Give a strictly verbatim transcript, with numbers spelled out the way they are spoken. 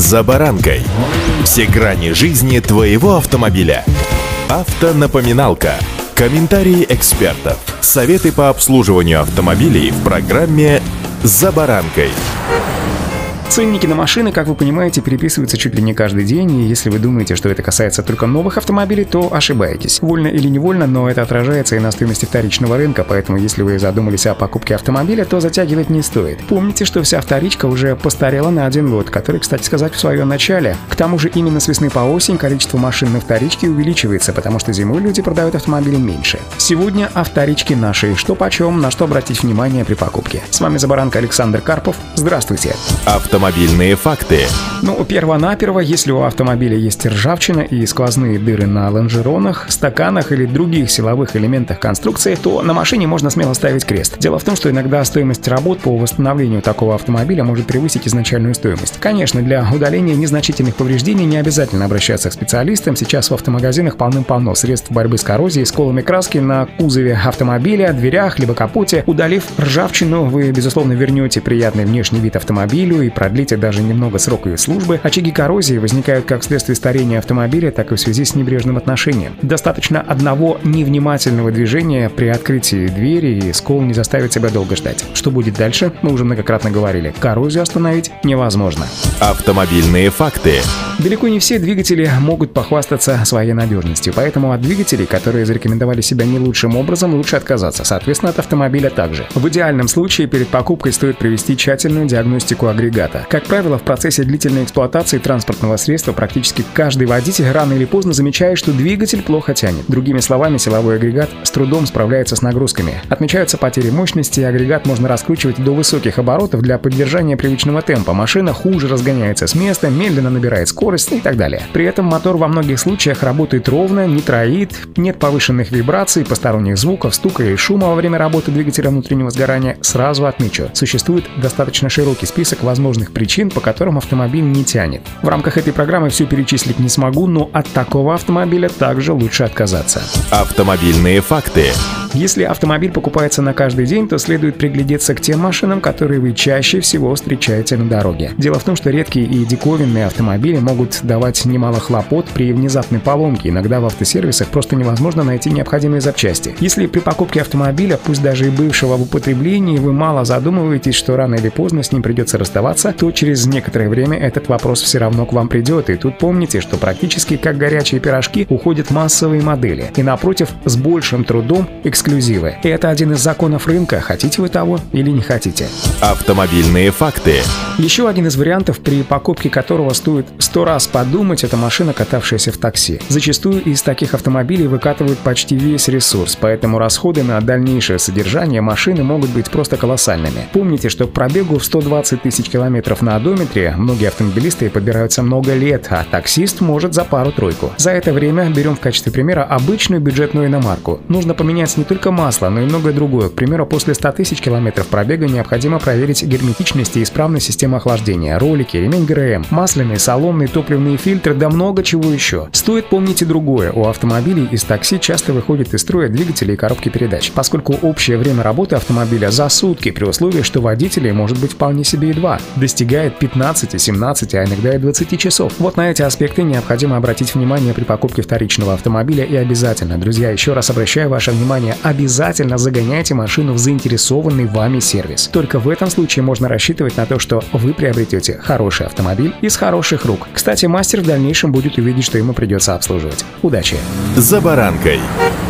«За баранкой». Все грани жизни твоего автомобиля. Автонапоминалка. Комментарии экспертов. Советы по обслуживанию автомобилей в программе «За баранкой». Ценники на машины, как вы понимаете, переписываются чуть ли не каждый день, и если вы думаете, что это касается только новых автомобилей, то ошибаетесь. Вольно или невольно, но это отражается и на стоимости вторичного рынка, поэтому если вы задумались о покупке автомобиля, то затягивать не стоит. Помните, что вся вторичка уже постарела на один год, который, кстати сказать, в своем начале. К тому же именно с весны по осень количество машин на вторичке увеличивается, потому что зимой люди продают автомобили меньше. Сегодня о вторичке нашей, что почем, на что обратить внимание при покупке. С вами «За баранкой» Александр Карпов. Здравствуйте. Автомобильные факты. Ну, перво-наперво, если у автомобиля есть ржавчина и сквозные дыры на лонжеронах, стаканах или других силовых элементах конструкции, то на машине можно смело ставить крест. Дело в том, что иногда стоимость работ по восстановлению такого автомобиля может превысить изначальную стоимость. Конечно, для удаления незначительных повреждений не обязательно обращаться к специалистам. Сейчас в автомагазинах полным-полно средств борьбы с коррозией, сколами краски на кузове автомобиля, дверях либо капоте. Удалив ржавчину, вы, безусловно, вернете приятный внешний вид автомобилю и продлите даже немного срок ее службы. Очаги коррозии возникают как вследствие старения автомобиля, так и в связи с небрежным отношением. Достаточно одного невнимательного движения при открытии двери, и скол не заставит себя долго ждать. Что будет дальше, мы уже многократно говорили. Коррозию остановить невозможно. Автомобильные факты. Далеко не все двигатели могут похвастаться своей надежностью, поэтому от двигателей, которые зарекомендовали себя не лучшим образом, лучше отказаться, соответственно, от автомобиля также. В идеальном случае перед покупкой стоит провести тщательную диагностику агрегата. Как правило, в процессе длительной эксплуатации транспортного средства практически каждый водитель рано или поздно замечает, что двигатель плохо тянет. Другими словами, силовой агрегат с трудом справляется с нагрузками. Отмечаются потери мощности, агрегат можно раскручивать до высоких оборотов для поддержания привычного темпа. Машина хуже разгоняется с места, медленно набирает скорость и так далее. При этом мотор во многих случаях работает ровно, не троит, нет повышенных вибраций, посторонних звуков, стука и шума во время работы двигателя внутреннего сгорания. Сразу отмечу, существует достаточно широкий список возможных причин, по которым автомобиль не тянет. В рамках этой программы все перечислить не смогу, но от такого автомобиля также лучше отказаться. Автомобильные факты. Если автомобиль покупается на каждый день, то следует приглядеться к тем машинам, которые вы чаще всего встречаете на дороге. Дело в том, что редкие и диковинные автомобили могут давать немало хлопот при внезапной поломке. Иногда в автосервисах просто невозможно найти необходимые запчасти. Если при покупке автомобиля, пусть даже и бывшего в употреблении, вы мало задумываетесь, что рано или поздно с ним придется расставаться, то через некоторое время этот вопрос все равно к вам придет. И тут помните, что практически как горячие пирожки уходят массовые модели. И напротив, с большим трудом эксклюзивы. И это один из законов рынка, хотите вы того или не хотите. Автомобильные факты. Еще один из вариантов, при покупке которого стоит сто раз подумать, это машина, катавшаяся в такси. Зачастую из таких автомобилей выкатывают почти весь ресурс, поэтому расходы на дальнейшее содержание машины могут быть просто колоссальными. Помните, что к пробегу в сто двадцать тысяч километров на одометре многие автомобилисты подбираются много лет, а таксист может за пару-тройку. За это время берем в качестве примера обычную бюджетную иномарку. Нужно поменять не только масло, но и многое другое. К примеру, после ста тысяч километров пробега необходимо проверить герметичность и исправность системы охлаждения, ролики, ремень ГРМ, масляные, салонные, топливные фильтры, да много чего еще. Стоит помнить и другое. У автомобилей из такси часто выходят из строя двигатели и коробки передач, поскольку общее время работы автомобиля за сутки, при условии, что водителей может быть вполне себе и два, достигает пятнадцати, семнадцати, а иногда и двадцати часов. Вот на эти аспекты необходимо обратить внимание при покупке вторичного автомобиля и обязательно, друзья, еще раз обращаю ваше внимание, обязательно загоняйте машину в заинтересованный вами сервис. Только в этом случае можно рассчитывать на то, что вы приобретете хороший автомобиль из хороших рук. Кстати, мастер в дальнейшем будет увидеть, что ему придется обслуживать. Удачи! За баранкой.